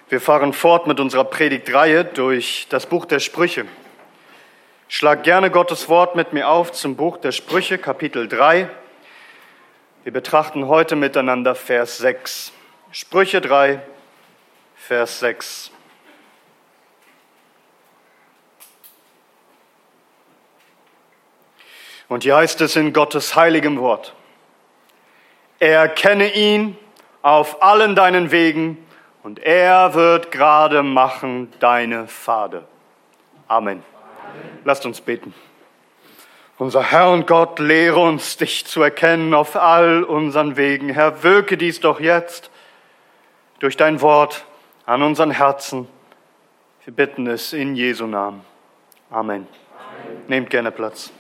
Wir fahren fort mit unserer Predigtreihe durch das Buch der Sprüche. Schlag gerne Gottes Wort mit mir auf zum Buch der Sprüche, Kapitel 3. Wir betrachten heute miteinander Vers 6. Sprüche 3, Vers 6. Und hier heißt es in Gottes heiligem Wort: Erkenne ihn auf allen deinen Wegen, und er wird gerade machen deine Pfade. Amen. Lasst uns beten. Unser Herr und Gott, lehre uns, dich zu erkennen auf all unseren Wegen. Herr, wirke dies doch jetzt durch dein Wort an unseren Herzen. Wir bitten es in Jesu Namen. Amen. Nehmt gerne Platz.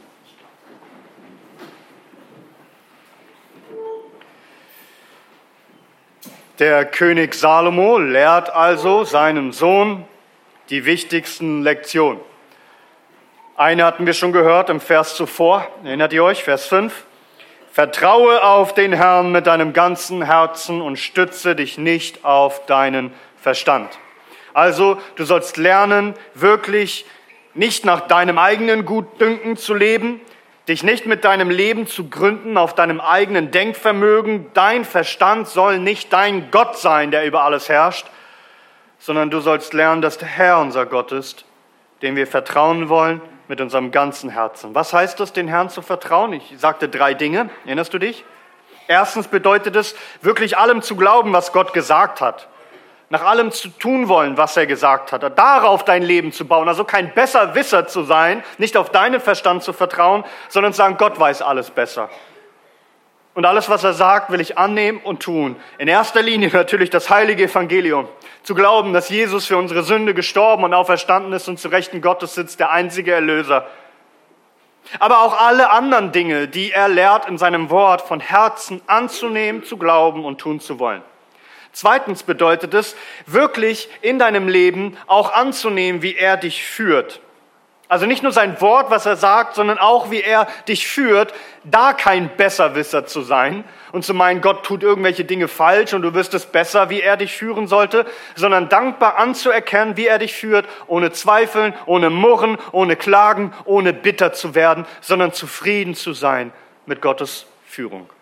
Der König Salomo lehrt also seinem Sohn die wichtigsten Lektionen. Eine hatten wir schon gehört im Vers zuvor, erinnert ihr euch, Vers 5. Vertraue auf den Herrn mit deinem ganzen Herzen und stütze dich nicht auf deinen Verstand. Also, du sollst lernen, wirklich nicht nach deinem eigenen Gutdünken zu leben, dich nicht mit deinem Leben zu gründen auf deinem eigenen Denkvermögen. Dein Verstand soll nicht dein Gott sein, der über alles herrscht, sondern du sollst lernen, dass der Herr unser Gott ist, dem wir vertrauen wollen mit unserem ganzen Herzen. Was heißt das, den Herrn zu vertrauen? Ich sagte 3 Dinge. Erinnerst du dich? Erstens bedeutet es, wirklich allem zu glauben, was Gott gesagt hat. Nach allem zu tun wollen, was er gesagt hat. Darauf dein Leben zu bauen. Also kein Besserwisser zu sein, nicht auf deinen Verstand zu vertrauen, sondern zu sagen, Gott weiß alles besser. Und alles, was er sagt, will ich annehmen und tun. In erster Linie natürlich das heilige Evangelium. Zu glauben, dass Jesus für unsere Sünde gestorben und auferstanden ist und zu Rechten Gottes sitzt, der einzige Erlöser. Aber auch alle anderen Dinge, die er lehrt in seinem Wort, von Herzen anzunehmen, zu glauben und tun zu wollen. Zweitens bedeutet es, wirklich in deinem Leben auch anzunehmen, wie er dich führt. Also nicht nur sein Wort, was er sagt, sondern auch, wie er dich führt, da kein Besserwisser zu sein und zu meinen, Gott tut irgendwelche Dinge falsch und du wirst es besser, wie er dich führen sollte, sondern dankbar anzuerkennen, wie er dich führt, ohne Zweifeln, ohne Murren, ohne Klagen, ohne bitter zu werden, sondern zufrieden zu sein mit Gottes Führung.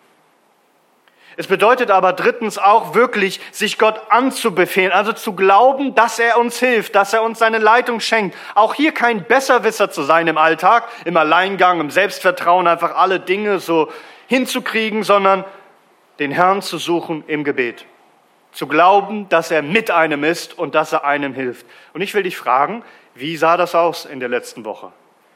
Es bedeutet aber drittens auch wirklich, sich Gott anzubefehlen, also zu glauben, dass er uns hilft, dass er uns seine Leitung schenkt. Auch hier kein Besserwisser zu sein im Alltag, im Alleingang, im Selbstvertrauen, einfach alle Dinge so hinzukriegen, sondern den Herrn zu suchen im Gebet. Zu glauben, dass er mit einem ist und dass er einem hilft. Und ich will dich fragen, wie sah das aus in der letzten Woche?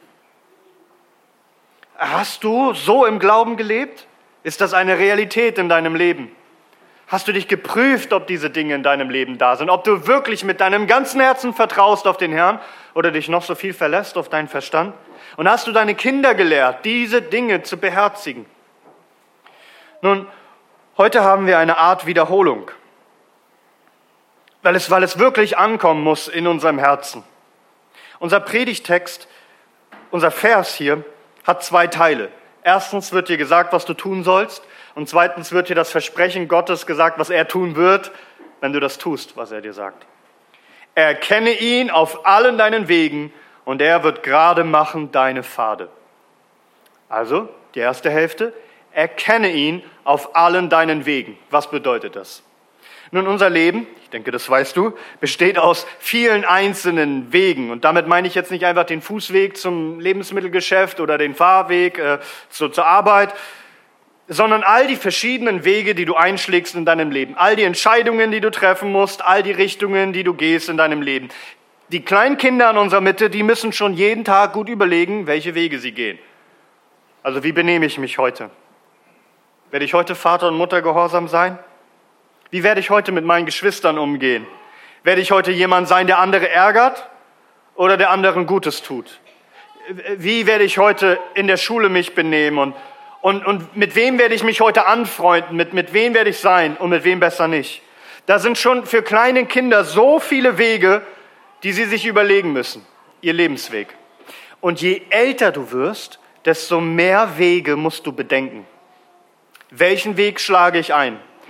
Hast du so im Glauben gelebt? Ist das eine Realität in deinem Leben? Hast du dich geprüft, ob diese Dinge in deinem Leben da sind? Ob du wirklich mit deinem ganzen Herzen vertraust auf den Herrn oder dich noch so viel verlässt auf deinen Verstand? Und hast du deine Kinder gelehrt, diese Dinge zu beherzigen? Nun, heute haben wir eine Art Wiederholung, weil es wirklich ankommen muss in unserem Herzen. Unser Predigtext, unser Vers hier, hat 2 Teile. Erstens wird dir gesagt, was du tun sollst. Und zweitens wird dir das Versprechen Gottes gesagt, was er tun wird, wenn du das tust, was er dir sagt. Erkenne ihn auf allen deinen Wegen und er wird gerade machen deine Pfade. Also, die erste Hälfte, erkenne ihn auf allen deinen Wegen. Was bedeutet das? Nun, unser Leben, ich denke, das weißt du, besteht aus vielen einzelnen Wegen. Und damit meine ich jetzt nicht einfach den Fußweg zum Lebensmittelgeschäft oder den Fahrweg zur Arbeit, sondern all die verschiedenen Wege, die du einschlägst in deinem Leben. All die Entscheidungen, die du treffen musst, all die Richtungen, die du gehst in deinem Leben. Die kleinen Kinder in unserer Mitte, die müssen schon jeden Tag gut überlegen, welche Wege sie gehen. Also wie benehme ich mich heute? Werde ich heute Vater und Mutter gehorsam sein? Wie werde ich heute mit meinen Geschwistern umgehen? Werde ich heute jemand sein, der andere ärgert oder der anderen Gutes tut? Wie werde ich heute in der Schule mich benehmen und mit wem werde ich mich heute anfreunden? Mit wem werde ich sein und mit wem besser nicht? Da sind schon für kleine Kinder so viele Wege, die sie sich überlegen müssen, ihr Lebensweg. Und je älter du wirst, desto mehr Wege musst du bedenken. Welchen Weg schlage ich ein?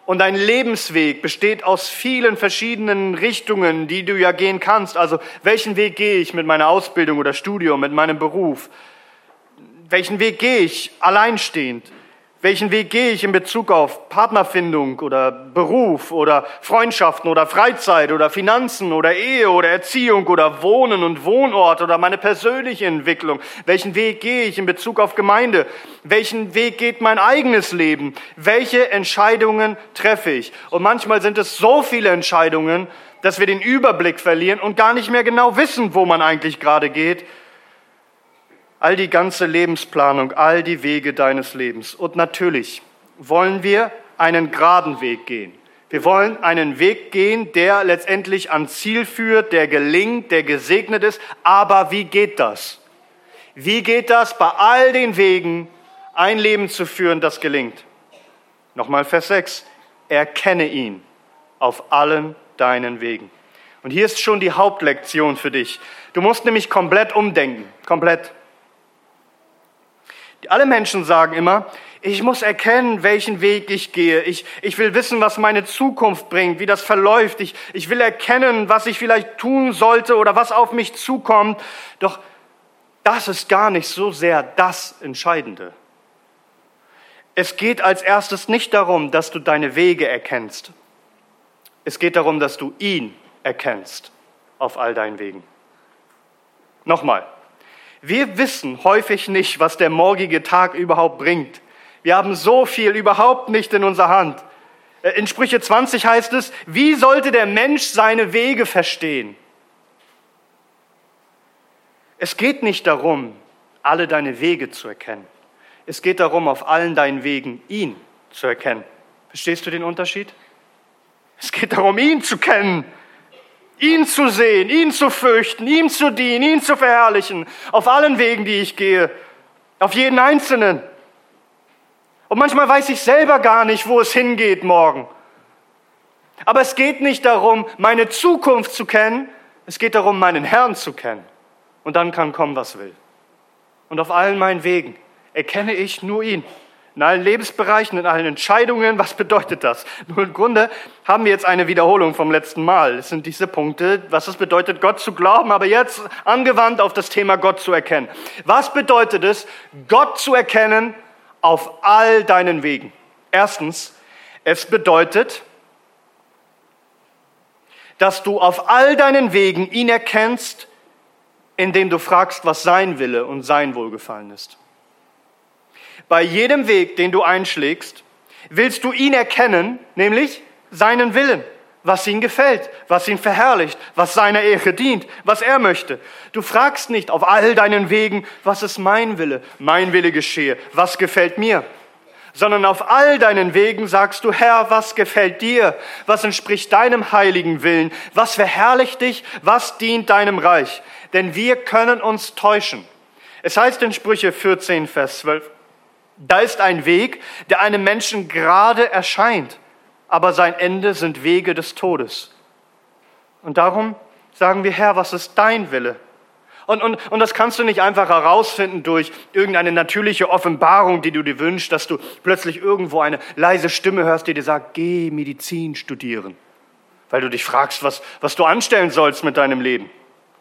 Und dein Lebensweg besteht aus vielen verschiedenen Richtungen, die du ja gehen kannst. Also welchen Weg gehe ich mit meiner Ausbildung oder Studium, mit meinem Beruf? Welchen Weg gehe ich alleinstehend? Welchen Weg gehe ich in Bezug auf Partnerfindung oder Beruf oder Freundschaften oder Freizeit oder Finanzen oder Ehe oder Erziehung oder Wohnen und Wohnort oder meine persönliche Entwicklung? Welchen Weg gehe ich in Bezug auf Gemeinde? Welchen Weg geht mein eigenes Leben? Welche Entscheidungen treffe ich? Und manchmal sind es so viele Entscheidungen, dass wir den Überblick verlieren und gar nicht mehr genau wissen, wo man eigentlich gerade geht. All die ganze Lebensplanung, all die Wege deines Lebens. Und natürlich wollen wir einen geraden Weg gehen. Wir wollen einen Weg gehen, der letztendlich ans Ziel führt, der gelingt, der gesegnet ist. Aber wie geht das? Wie geht das, bei all den Wegen ein Leben zu führen, das gelingt? Nochmal Vers 6. Erkenne ihn auf allen deinen Wegen. Und hier ist schon die Hauptlektion für dich. Du musst nämlich komplett umdenken. Komplett. Alle Menschen sagen immer, ich muss erkennen, welchen Weg ich gehe. Ich will wissen, was meine Zukunft bringt, wie das verläuft. Ich will erkennen, was ich vielleicht tun sollte oder was auf mich zukommt. Doch das ist gar nicht so sehr das Entscheidende. Es geht als erstes nicht darum, dass du deine Wege erkennst. Es geht darum, dass du ihn erkennst auf all deinen Wegen. Nochmal. Wir wissen häufig nicht, was der morgige Tag überhaupt bringt. Wir haben so viel überhaupt nicht in unserer Hand. In Sprüche 20 heißt es, wie sollte der Mensch seine Wege verstehen? Es geht nicht darum, alle deine Wege zu erkennen. Es geht darum, auf allen deinen Wegen ihn zu erkennen. Verstehst du den Unterschied? Es geht darum, ihn zu kennen. Ihn zu sehen, ihn zu fürchten, ihm zu dienen, ihn zu verherrlichen, auf allen Wegen, die ich gehe, auf jeden Einzelnen. Und manchmal weiß ich selber gar nicht, wo es hingeht morgen. Aber es geht nicht darum, meine Zukunft zu kennen, es geht darum, meinen Herrn zu kennen. Und dann kann kommen, was will. Und auf allen meinen Wegen erkenne ich nur ihn. In allen Lebensbereichen, in allen Entscheidungen, was bedeutet das? Nur im Grunde haben wir jetzt eine Wiederholung vom letzten Mal. Es sind diese Punkte, was es bedeutet, Gott zu glauben, aber jetzt angewandt auf das Thema Gott zu erkennen. Was bedeutet es, Gott zu erkennen auf all deinen Wegen? Erstens, es bedeutet, dass du auf all deinen Wegen ihn erkennst, indem du fragst, was sein Wille und sein Wohlgefallen ist. Bei jedem Weg, den du einschlägst, willst du ihn erkennen, nämlich seinen Willen, was ihm gefällt, was ihn verherrlicht, was seiner Ehre dient, was er möchte. Du fragst nicht auf all deinen Wegen, was ist mein Wille geschehe, was gefällt mir, sondern auf all deinen Wegen sagst du, Herr, was gefällt dir, was entspricht deinem heiligen Willen, was verherrlicht dich, was dient deinem Reich. Denn wir können uns täuschen. Es heißt in Sprüche 14, Vers 12, da ist ein Weg, der einem Menschen gerade erscheint, aber sein Ende sind Wege des Todes. Und darum sagen wir, Herr, was ist dein Wille? Und das kannst du nicht einfach herausfinden durch irgendeine natürliche Offenbarung, die du dir wünschst, dass du plötzlich irgendwo eine leise Stimme hörst, die dir sagt, geh Medizin studieren, weil du dich fragst, was du anstellen sollst mit deinem Leben.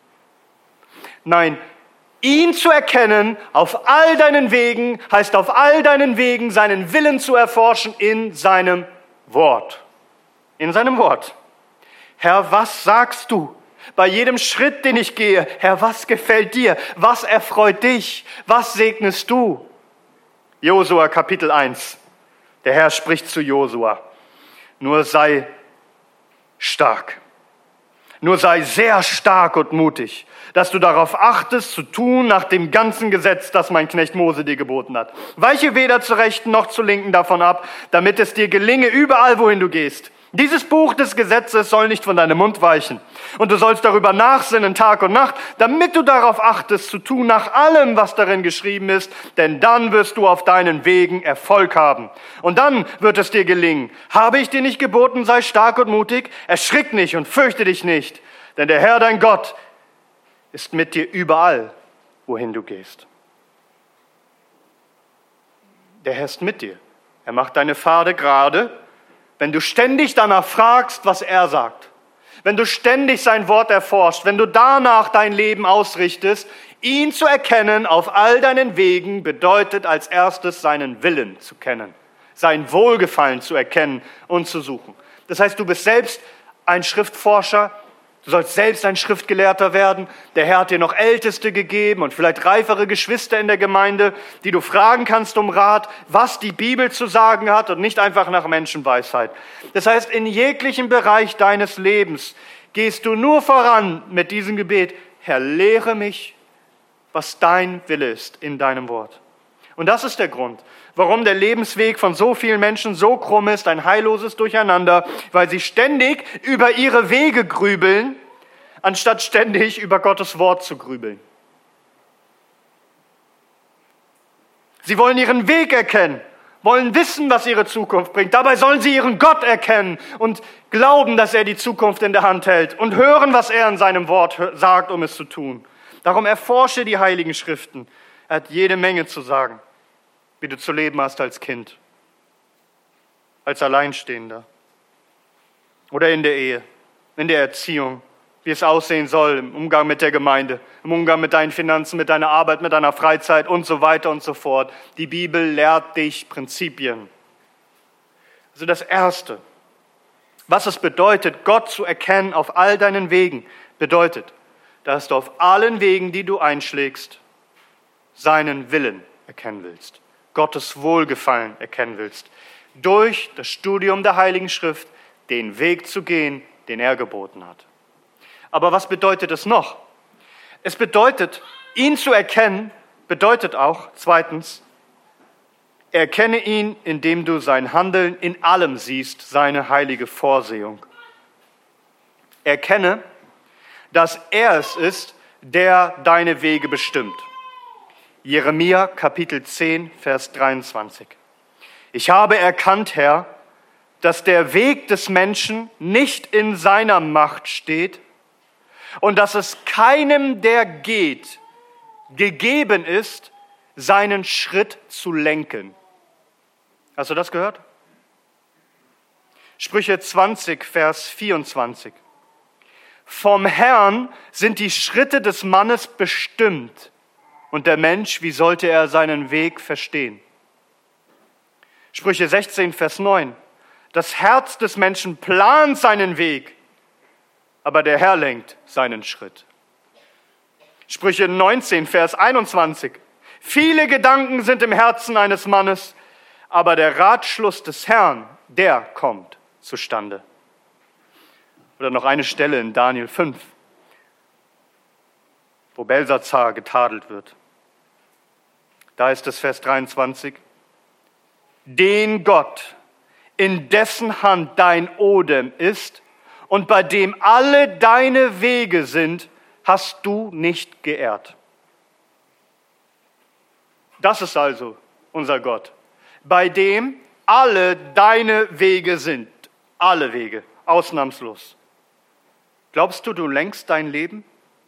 Nein, ihn zu erkennen auf all deinen Wegen, heißt auf all deinen Wegen seinen Willen zu erforschen in seinem Wort. In seinem Wort. Herr, was sagst du? Bei jedem Schritt, den ich gehe, Herr, was gefällt dir? Was erfreut dich? Was segnest du? Josua Kapitel 1. Der Herr spricht zu Josua. Nur sei stark. Nur sei sehr stark und mutig, dass du darauf achtest, zu tun nach dem ganzen Gesetz, das mein Knecht Mose dir geboten hat. Weiche weder zur Rechten noch zur Linken davon ab, damit es dir gelinge, überall, wohin du gehst. Dieses Buch des Gesetzes soll nicht von deinem Mund weichen. Und du sollst darüber nachsinnen Tag und Nacht, damit du darauf achtest, zu tun nach allem, was darin geschrieben ist. Denn dann wirst du auf deinen Wegen Erfolg haben. Und dann wird es dir gelingen. Habe ich dir nicht geboten, sei stark und mutig? Erschrick nicht und fürchte dich nicht. Denn der Herr, dein Gott, ist mit dir überall, wohin du gehst. Der Herr ist mit dir. Er macht deine Pfade gerade wenn du ständig danach fragst, was er sagt, wenn du ständig sein Wort erforscht, wenn du danach dein Leben ausrichtest, ihn zu erkennen auf all deinen Wegen bedeutet als erstes seinen Willen zu kennen, sein Wohlgefallen zu erkennen und zu suchen. Das heißt, du bist selbst ein Schriftforscher, du sollst selbst ein Schriftgelehrter werden. Der Herr hat dir noch Älteste gegeben und vielleicht reifere Geschwister in der Gemeinde, die du fragen kannst um Rat, was die Bibel zu sagen hat und nicht einfach nach Menschenweisheit. Das heißt, in jeglichem Bereich deines Lebens gehst du nur voran mit diesem Gebet: Herr, lehre mich, was dein Wille ist in deinem Wort. Und das ist der Grund, warum der Lebensweg von so vielen Menschen so krumm ist, ein heilloses Durcheinander, weil sie ständig über ihre Wege grübeln, anstatt ständig über Gottes Wort zu grübeln. Sie wollen ihren Weg erkennen, wollen wissen, was ihre Zukunft bringt. Dabei sollen sie ihren Gott erkennen und glauben, dass er die Zukunft in der Hand hält und hören, was er in seinem Wort sagt, um es zu tun. Darum erforsche die Heiligen Schriften. Er hat jede Menge zu sagen, wie du zu leben hast als Kind, als Alleinstehender oder in der Ehe, in der Erziehung, wie es aussehen soll im Umgang mit der Gemeinde, im Umgang mit deinen Finanzen, mit deiner Arbeit, mit deiner Freizeit und so weiter und so fort. Die Bibel lehrt dich Prinzipien. Also das Erste, was es bedeutet, Gott zu erkennen auf all deinen Wegen, bedeutet, dass du auf allen Wegen, die du einschlägst, seinen Willen erkennen willst, Gottes Wohlgefallen erkennen willst, durch das Studium der Heiligen Schrift den Weg zu gehen, den er geboten hat. Aber was bedeutet es noch? Es bedeutet, ihn zu erkennen, bedeutet auch, zweitens, erkenne ihn, indem du sein Handeln in allem siehst, seine heilige Vorsehung. Erkenne, dass er es ist, der deine Wege bestimmt. Jeremia Kapitel 10, Vers 23. Ich habe erkannt, Herr, dass der Weg des Menschen nicht in seiner Macht steht und dass es keinem, der geht, gegeben ist, seinen Schritt zu lenken. Hast du das gehört? Sprüche 20, Vers 24. Vom Herrn sind die Schritte des Mannes bestimmt. Und der Mensch, wie sollte er seinen Weg verstehen? Sprüche 16, Vers 9. Das Herz des Menschen plant seinen Weg, aber der Herr lenkt seinen Schritt. Sprüche 19, Vers 21. Viele Gedanken sind im Herzen eines Mannes, aber der Ratschluss des Herrn, der kommt zustande. Oder noch eine Stelle in Daniel 5. Wo Belsatzar getadelt wird. Da ist es Vers 23. Den Gott, in dessen Hand dein Odem ist und bei dem alle deine Wege sind, hast du nicht geehrt. Das ist also unser Gott, bei dem alle deine Wege sind. Alle Wege, ausnahmslos. Glaubst du, du lenkst dein Leben?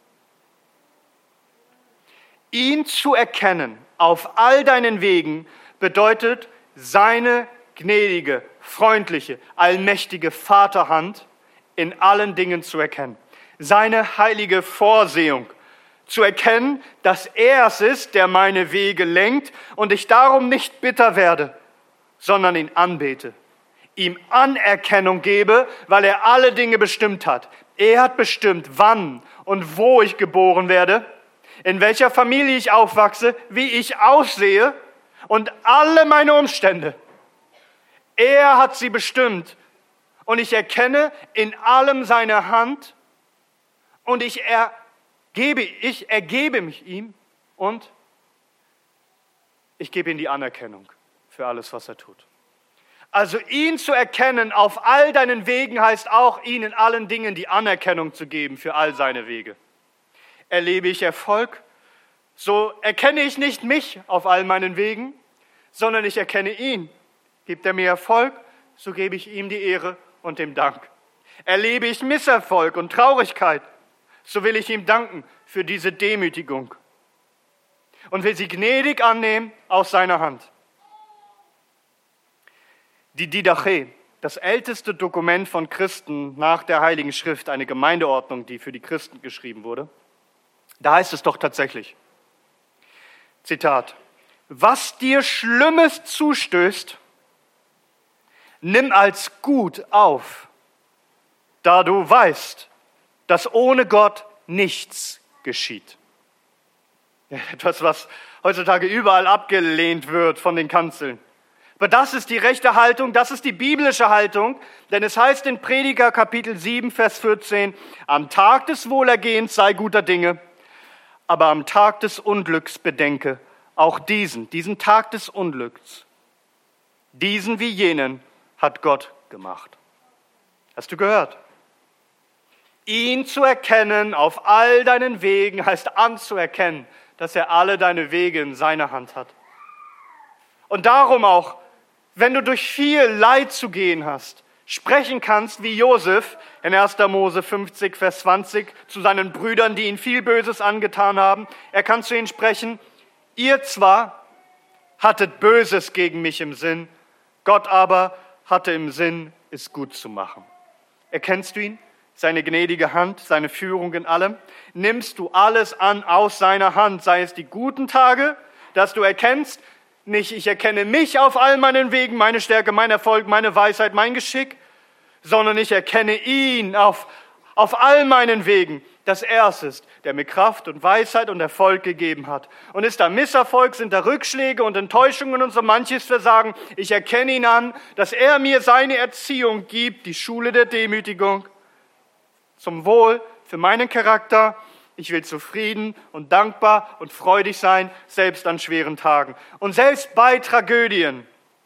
Ihn zu erkennen auf all deinen Wegen bedeutet, seine gnädige, freundliche, allmächtige Vaterhand in allen Dingen zu erkennen. Seine heilige Vorsehung zu erkennen, dass er es ist, der meine Wege lenkt und ich darum nicht bitter werde, sondern ihn anbete, ihm Anerkennung gebe, weil er alle Dinge bestimmt hat. Er hat bestimmt, wann und wo ich geboren werde, in welcher Familie ich aufwachse, wie ich aussehe und alle meine Umstände. Er hat sie bestimmt und ich erkenne in allem seine Hand und ich ergebe mich ihm und ich gebe ihm die Anerkennung für alles, was er tut. Also ihn zu erkennen auf all deinen Wegen heißt auch, ihm in allen Dingen die Anerkennung zu geben für all seine Wege. Erlebe ich Erfolg, so erkenne ich nicht mich auf all meinen Wegen, sondern ich erkenne ihn. Gibt er mir Erfolg, so gebe ich ihm die Ehre und den Dank. Erlebe ich Misserfolg und Traurigkeit, so will ich ihm danken für diese Demütigung und will sie gnädig annehmen aus seiner Hand. Die Didache, das älteste Dokument von Christen nach der Heiligen Schrift, eine Gemeindeordnung, die für die Christen geschrieben wurde, da heißt es doch tatsächlich, Zitat, was dir Schlimmes zustößt, nimm als gut auf, da du weißt, dass ohne Gott nichts geschieht. Etwas, was heutzutage überall abgelehnt wird von den Kanzeln. Aber das ist die rechte Haltung, das ist die biblische Haltung, denn es heißt in Prediger Kapitel 7, Vers 14, am Tag des Wohlergehens sei guter Dinge, aber am Tag des Unglücks bedenke auch diesen Tag des Unglücks, diesen wie jenen hat Gott gemacht. Hast du gehört? Ihn zu erkennen auf all deinen Wegen heißt anzuerkennen, dass er alle deine Wege in seiner Hand hat. Und darum auch, wenn du durch viel Leid zu gehen hast, sprechen kannst wie Josef in 1. Mose 50, Vers 20 zu seinen Brüdern, die ihm viel Böses angetan haben. Er kann zu ihnen sprechen, ihr zwar hattet Böses gegen mich im Sinn, Gott aber hatte im Sinn, es gut zu machen. Erkennst du ihn? Seine gnädige Hand, seine Führung in allem? Nimmst du alles an aus seiner Hand, sei es die guten Tage, dass du erkennst, nicht ich erkenne mich auf all meinen Wegen, meine Stärke, mein Erfolg, meine Weisheit, mein Geschick, sondern ich erkenne ihn auf all meinen Wegen, dass er es ist, der mir Kraft und Weisheit und Erfolg gegeben hat. Und ist da Misserfolg, sind da Rückschläge und Enttäuschungen und so manches Versagen, ich erkenne ihn an, dass er mir seine Erziehung gibt, die Schule der Demütigung, zum Wohl für meinen Charakter. Ich will zufrieden und dankbar und freudig sein, selbst an schweren Tagen. Und selbst bei Tragödien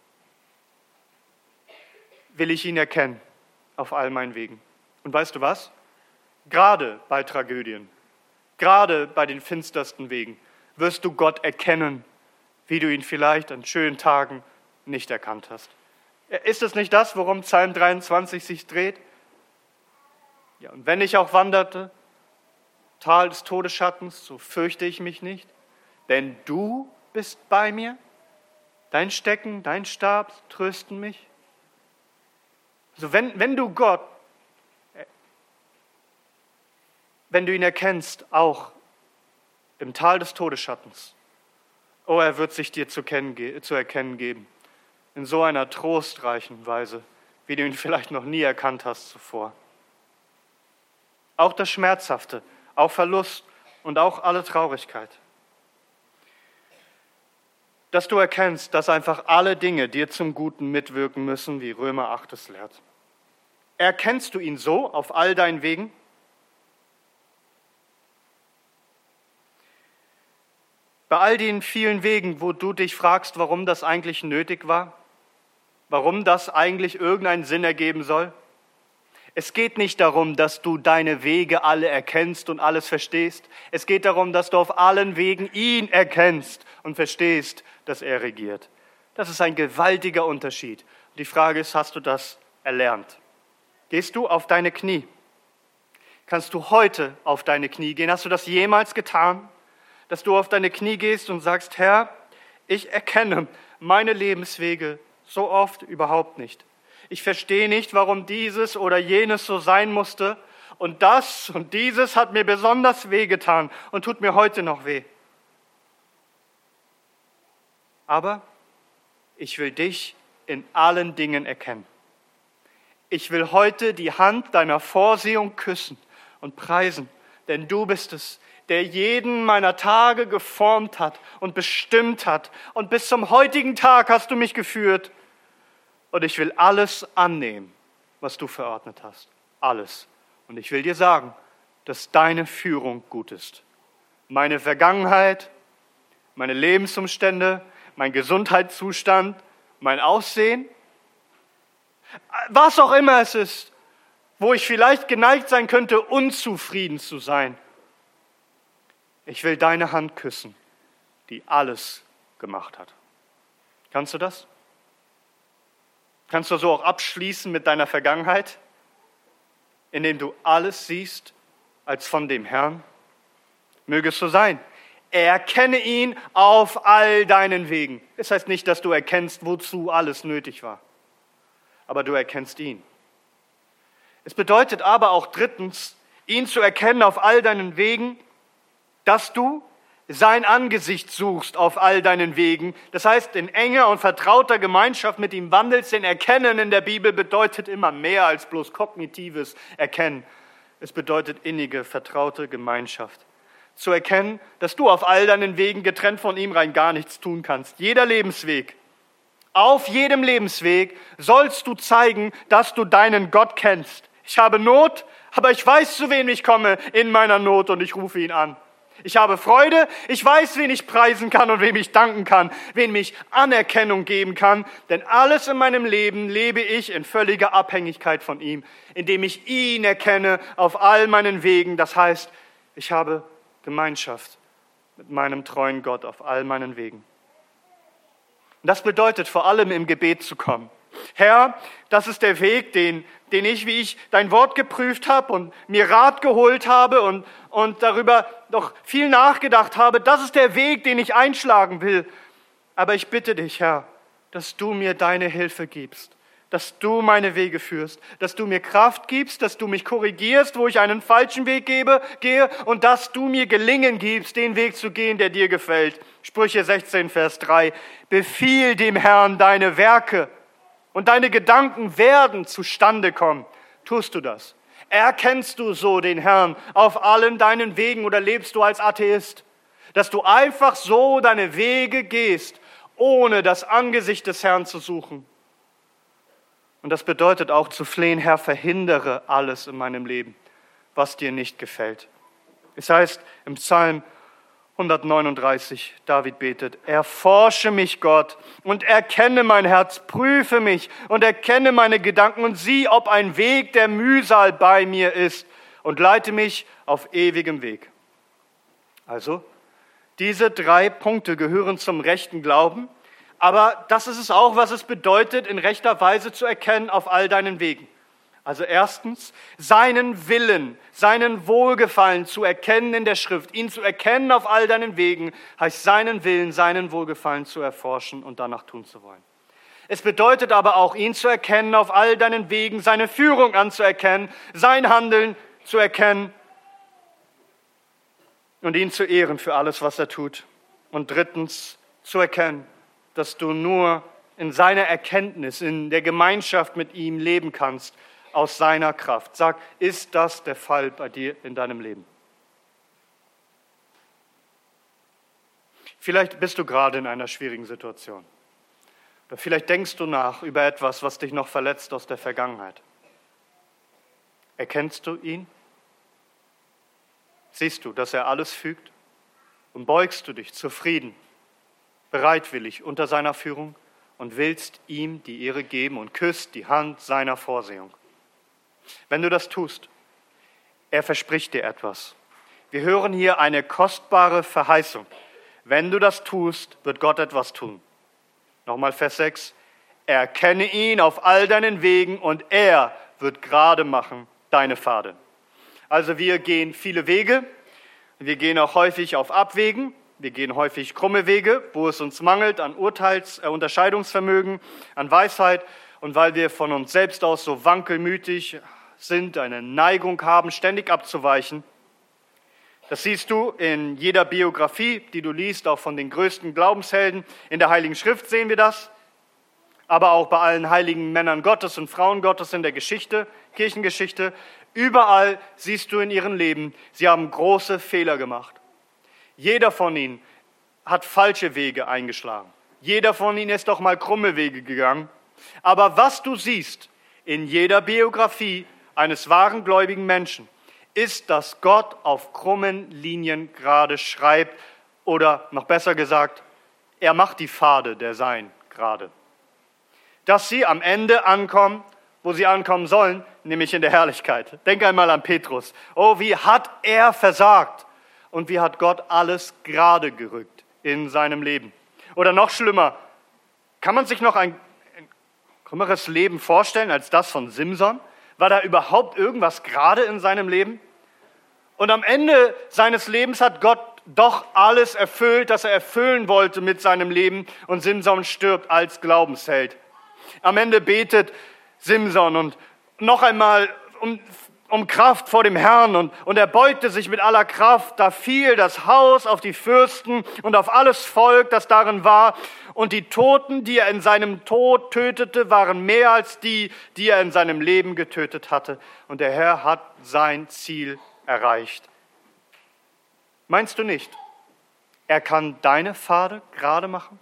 will ich ihn erkennen auf all meinen Wegen. Und weißt du was? Gerade bei Tragödien, gerade bei den finstersten Wegen, wirst du Gott erkennen, wie du ihn vielleicht an schönen Tagen nicht erkannt hast. Ist es nicht das, worum Psalm 23 sich dreht? Ja, und wenn ich auch wanderte, Tal des Todesschattens, so fürchte ich mich nicht, denn du bist bei mir, dein Stecken, dein Stab trösten mich. Also wenn du Gott, wenn du ihn erkennst, auch im Tal des Todesschattens, oh, er wird sich dir zu erkennen geben, in so einer trostreichen Weise, wie du ihn vielleicht noch nie erkannt hast zuvor. Auch das Schmerzhafte, auch Verlust und auch alle Traurigkeit. Dass du erkennst, dass einfach alle Dinge dir zum Guten mitwirken müssen, wie Römer 8 es lehrt. Erkennst du ihn so auf all deinen Wegen? Bei all den vielen Wegen, wo du dich fragst, warum das eigentlich nötig war, warum das eigentlich irgendeinen Sinn ergeben soll, es geht nicht darum, dass du deine Wege alle erkennst und alles verstehst. Es geht darum, dass du auf allen Wegen ihn erkennst und verstehst, dass er regiert. Das ist ein gewaltiger Unterschied. Die Frage ist, hast du das erlernt? Gehst du auf deine Knie? Kannst du heute auf deine Knie gehen? Hast du das jemals getan? Dass du auf deine Knie gehst und sagst, Herr, ich erkenne meine Lebenswege so oft überhaupt nicht. Ich verstehe nicht, warum dieses oder jenes so sein musste. Und das und dieses hat mir besonders wehgetan und tut mir heute noch weh. Aber ich will dich in allen Dingen erkennen. Ich will heute die Hand deiner Vorsehung küssen und preisen, denn du bist es, der jeden meiner Tage geformt hat und bestimmt hat. Und bis zum heutigen Tag hast du mich geführt. Und ich will alles annehmen, was du verordnet hast. Alles. Und ich will dir sagen, dass deine Führung gut ist. Meine Vergangenheit, meine Lebensumstände, mein Gesundheitszustand, mein Aussehen, was auch immer es ist, wo ich vielleicht geneigt sein könnte, unzufrieden zu sein. Ich will deine Hand küssen, die alles gemacht hat. Kannst du das? Kannst du so auch abschließen mit deiner Vergangenheit, indem du alles siehst als von dem Herrn? Möge es so sein. Erkenne ihn auf all deinen Wegen. Das heißt nicht, dass du erkennst, wozu alles nötig war. aber du erkennst ihn. Es bedeutet aber auch drittens, ihn zu erkennen auf all deinen Wegen, dass du sein Angesicht suchst auf all deinen Wegen. Das heißt, in enger und vertrauter Gemeinschaft mit ihm wandelst. Denn Erkennen in der Bibel bedeutet immer mehr als bloß kognitives Erkennen. Es bedeutet innige, vertraute Gemeinschaft. Zu erkennen, dass du auf all deinen Wegen getrennt von ihm rein gar nichts tun kannst. Jeder Lebensweg, auf jedem Lebensweg sollst du zeigen, dass du deinen Gott kennst. Ich habe Not, aber ich weiß, zu wem ich komme in meiner Not und ich rufe ihn an. Ich habe Freude, ich weiß, wen ich preisen kann und wem ich danken kann, wem ich Anerkennung geben kann, denn alles in meinem Leben lebe ich in völliger Abhängigkeit von ihm, indem ich ihn erkenne auf all meinen Wegen. Das heißt, ich habe Gemeinschaft mit meinem treuen Gott auf all meinen Wegen. Und das bedeutet vor allem im Gebet zu kommen. Herr, das ist der Weg, den ich, wie ich dein Wort geprüft habe und mir Rat geholt habe und darüber noch viel nachgedacht habe. Das ist der Weg, den ich einschlagen will. Aber ich bitte dich, Herr, dass du mir deine Hilfe gibst, dass du meine Wege führst, dass du mir Kraft gibst, dass du mich korrigierst, wo ich einen falschen Weg gehe und dass du mir Gelingen gibst, den Weg zu gehen, der dir gefällt. Sprüche 16, Vers 3. Befiehl dem Herrn deine Werke und deine Gedanken werden zustande kommen. Tust du das? Erkennst du so den Herrn auf allen deinen Wegen oder lebst du als Atheist? Dass du einfach so deine Wege gehst, ohne das Angesicht des Herrn zu suchen. Und das bedeutet auch zu flehen, Herr, verhindere alles in meinem Leben, was dir nicht gefällt. Es heißt im Psalm 139, David betet, erforsche mich, Gott, und erkenne mein Herz, prüfe mich und erkenne meine Gedanken und sieh, ob ein Weg der Mühsal bei mir ist und leite mich auf ewigem Weg. Also, diese 3 Punkte gehören zum rechten Glauben, aber das ist es auch, was es bedeutet, in rechter Weise zu erkennen auf all deinen Wegen. Also erstens, seinen Willen, seinen Wohlgefallen zu erkennen in der Schrift, ihn zu erkennen auf all deinen Wegen, heißt seinen Willen, seinen Wohlgefallen zu erforschen und danach tun zu wollen. Es bedeutet aber auch, ihn zu erkennen auf all deinen Wegen, seine Führung anzuerkennen, sein Handeln zu erkennen und ihn zu ehren für alles, was er tut. Und drittens, zu erkennen, dass du nur in seiner Erkenntnis, in der Gemeinschaft mit ihm leben kannst, aus seiner Kraft. Sag, ist das der Fall bei dir in deinem Leben? Vielleicht bist du gerade in einer schwierigen Situation. Oder vielleicht denkst du nach über etwas, was dich noch verletzt aus der Vergangenheit. Erkennst du ihn? Siehst du, dass er alles fügt? Und beugst du dich zufrieden, bereitwillig unter seiner Führung und willst ihm die Ehre geben und küsst die Hand seiner Vorsehung? Wenn du das tust, er verspricht dir etwas. Wir hören hier eine kostbare Verheißung. Wenn du das tust, wird Gott etwas tun. Nochmal Vers 6. Erkenne ihn auf all deinen Wegen und er wird gerade machen deine Pfade. Also wir gehen viele Wege. Wir gehen auch häufig auf Abwägen. Wir gehen häufig krumme Wege, wo es uns mangelt an Unterscheidungsvermögen, an Weisheit. Und weil wir von uns selbst aus so wankelmütig sind, eine Neigung haben, ständig abzuweichen. Das siehst du in jeder Biografie, die du liest, auch von den größten Glaubenshelden. In der Heiligen Schrift sehen wir das, aber auch bei allen heiligen Männern Gottes und Frauen Gottes in der Geschichte, Kirchengeschichte. Überall siehst du in ihrem Leben, sie haben große Fehler gemacht. Jeder von ihnen hat falsche Wege eingeschlagen. Jeder von ihnen ist doch mal krumme Wege gegangen. Aber was du siehst in jeder Biografie eines wahren gläubigen Menschen, ist, dass Gott auf krummen Linien gerade schreibt oder noch besser gesagt, er macht die Pfade der Sein gerade. Dass sie am Ende ankommen, wo sie ankommen sollen, nämlich in der Herrlichkeit. Denk einmal an Petrus. Oh, wie hat er versagt und wie hat Gott alles gerade gerückt in seinem Leben. Oder noch schlimmer, kann man sich noch ein krümmeres Leben vorstellen als das von Simson? War da überhaupt irgendwas gerade in seinem Leben? Und am Ende seines Lebens hat Gott doch alles erfüllt, das er erfüllen wollte mit seinem Leben. Und Simson stirbt als Glaubensheld. Am Ende betet Simson und noch einmal um Kraft vor dem Herrn und er beugte sich mit aller Kraft. Da fiel das Haus auf die Fürsten und auf alles Volk, das darin war. Und die Toten, die er in seinem Tod tötete, waren mehr als die er in seinem Leben getötet hatte. Und der Herr hat sein Ziel erreicht. Meinst du nicht, er kann deine Pfade gerade machen?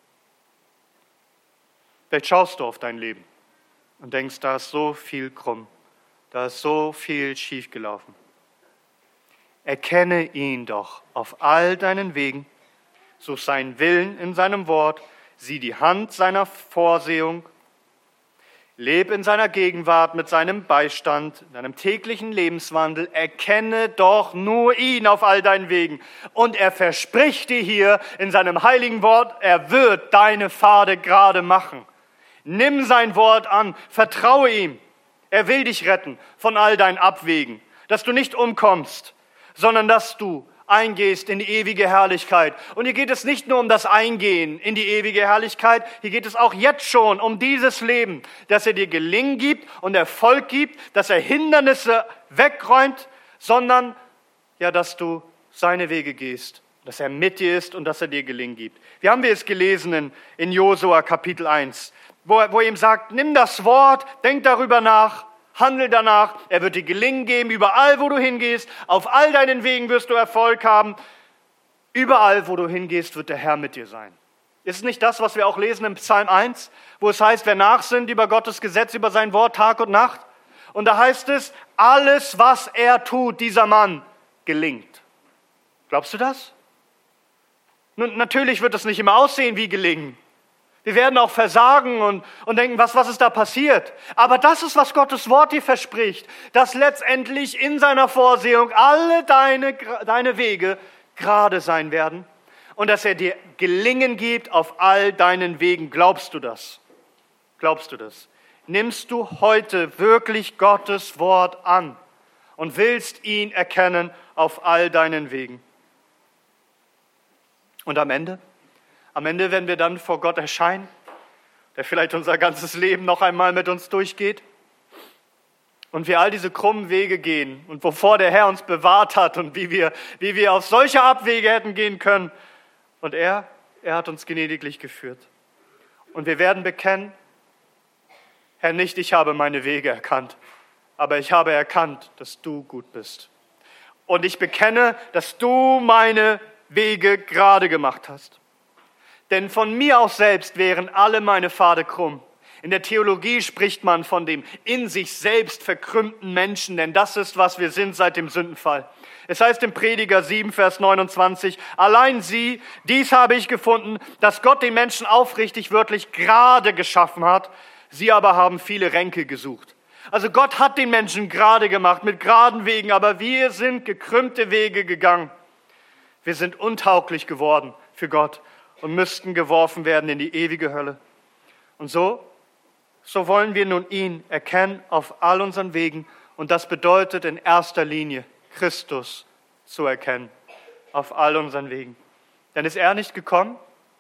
Vielleicht schaust du auf dein Leben und denkst, da ist so viel krumm. Da ist so viel schiefgelaufen. Erkenne ihn doch auf all deinen Wegen, such seinen Willen in seinem Wort, sieh die Hand seiner Vorsehung, leb in seiner Gegenwart mit seinem Beistand, in deinem täglichen Lebenswandel, erkenne doch nur ihn auf all deinen Wegen. Und er verspricht dir hier in seinem heiligen Wort, er wird deine Pfade gerade machen. Nimm sein Wort an, vertraue ihm. Er will dich retten von all deinen Abwegen, dass du nicht umkommst, sondern dass du eingehst in die ewige Herrlichkeit. Und hier geht es nicht nur um das Eingehen in die ewige Herrlichkeit, hier geht es auch jetzt schon um dieses Leben, dass er dir Gelingen gibt und Erfolg gibt, dass er Hindernisse wegräumt, sondern ja, dass du seine Wege gehst, dass er mit dir ist und dass er dir Gelingen gibt. Wie haben wir es gelesen in Josua Kapitel 1? Wo er ihm sagt, nimm das Wort, denk darüber nach, handel danach, er wird dir Gelingen geben, überall wo du hingehst, auf all deinen Wegen wirst du Erfolg haben, überall wo du hingehst, wird der Herr mit dir sein. Ist es nicht das, was wir auch lesen im Psalm 1, wo es heißt, wer nachsinnt über Gottes Gesetz, über sein Wort Tag und Nacht? Und da heißt es, alles was er tut, dieser Mann, gelingt. Glaubst du das? Nun, natürlich wird es nicht immer aussehen wie gelingen. Wir werden auch versagen und denken, was ist da passiert? Aber das ist, was Gottes Wort dir verspricht, dass letztendlich in seiner Vorsehung alle deine Wege gerade sein werden und dass er dir Gelingen gibt auf all deinen Wegen. Glaubst du das? Glaubst du das? Nimmst du heute wirklich Gottes Wort an und willst ihn erkennen auf all deinen Wegen? Und am Ende, wenn wir dann vor Gott erscheinen, der vielleicht unser ganzes Leben noch einmal mit uns durchgeht und wir all diese krummen Wege gehen und wovor der Herr uns bewahrt hat und wie wir auf solche Abwege hätten gehen können. Und er hat uns gnädiglich geführt. Und wir werden bekennen, Herr, nicht ich habe meine Wege erkannt, aber ich habe erkannt, dass du gut bist. Und ich bekenne, dass du meine Wege gerade gemacht hast. Denn von mir aus selbst wären alle meine Pfade krumm. In der Theologie spricht man von dem in sich selbst verkrümmten Menschen, denn das ist, was wir sind seit dem Sündenfall. Es heißt im Prediger 7, Vers 29, allein dies habe ich gefunden, dass Gott den Menschen aufrichtig, wörtlich gerade geschaffen hat. Sie aber haben viele Ränke gesucht. Also Gott hat den Menschen gerade gemacht, mit geraden Wegen, aber wir sind gekrümmte Wege gegangen. Wir sind untauglich geworden für Gott und müssten geworfen werden in die ewige Hölle. Und so wollen wir nun ihn erkennen auf all unseren Wegen. Und das bedeutet in erster Linie, Christus zu erkennen auf all unseren Wegen. Denn ist er nicht gekommen?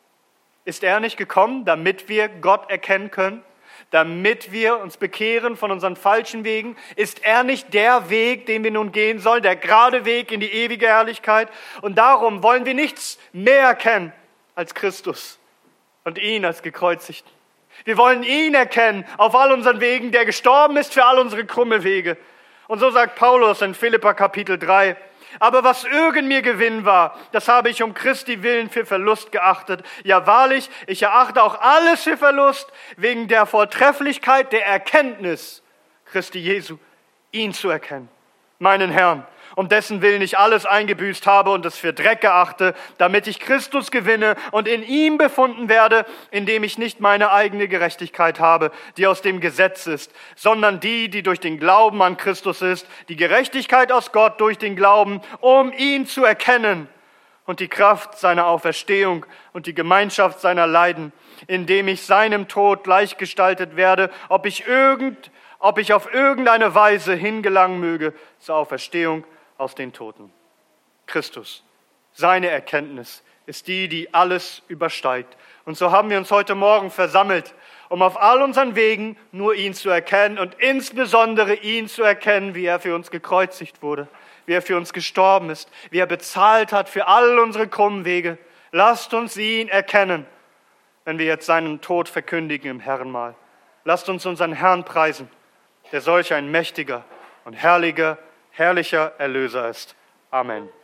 Ist er nicht gekommen, damit wir Gott erkennen können? Damit wir uns bekehren von unseren falschen Wegen? Ist er nicht der Weg, den wir nun gehen sollen, der gerade Weg in die ewige Herrlichkeit? Und darum wollen wir nichts mehr erkennen als Christus und ihn als Gekreuzigten. Wir wollen ihn erkennen auf all unseren Wegen, der gestorben ist für all unsere krumme Wege. Und so sagt Paulus in Philipper Kapitel 3, aber was irgend mir Gewinn war, das habe ich um Christi willen für Verlust geachtet. Ja wahrlich, ich erachte auch alles für Verlust, wegen der Vortrefflichkeit der Erkenntnis Christi Jesu, ihn zu erkennen, meinen Herrn, um dessen Willen ich alles eingebüßt habe und es für Dreck erachte, damit ich Christus gewinne und in ihm befunden werde, indem ich nicht meine eigene Gerechtigkeit habe, die aus dem Gesetz ist, sondern die durch den Glauben an Christus ist, die Gerechtigkeit aus Gott durch den Glauben, um ihn zu erkennen und die Kraft seiner Auferstehung und die Gemeinschaft seiner Leiden, indem ich seinem Tod gleichgestaltet werde, ob ich auf irgendeine Weise hingelangen möge zur Auferstehung aus den Toten. Christus, seine Erkenntnis ist die alles übersteigt. Und so haben wir uns heute Morgen versammelt, um auf all unseren Wegen nur ihn zu erkennen und insbesondere ihn zu erkennen, wie er für uns gekreuzigt wurde, wie er für uns gestorben ist, wie er bezahlt hat für all unsere krummen Wege. Lasst uns ihn erkennen, wenn wir jetzt seinen Tod verkündigen im Herrenmahl. Lasst uns unseren Herrn preisen, der solch ein mächtiger und herrlicher Erlöser ist. Amen.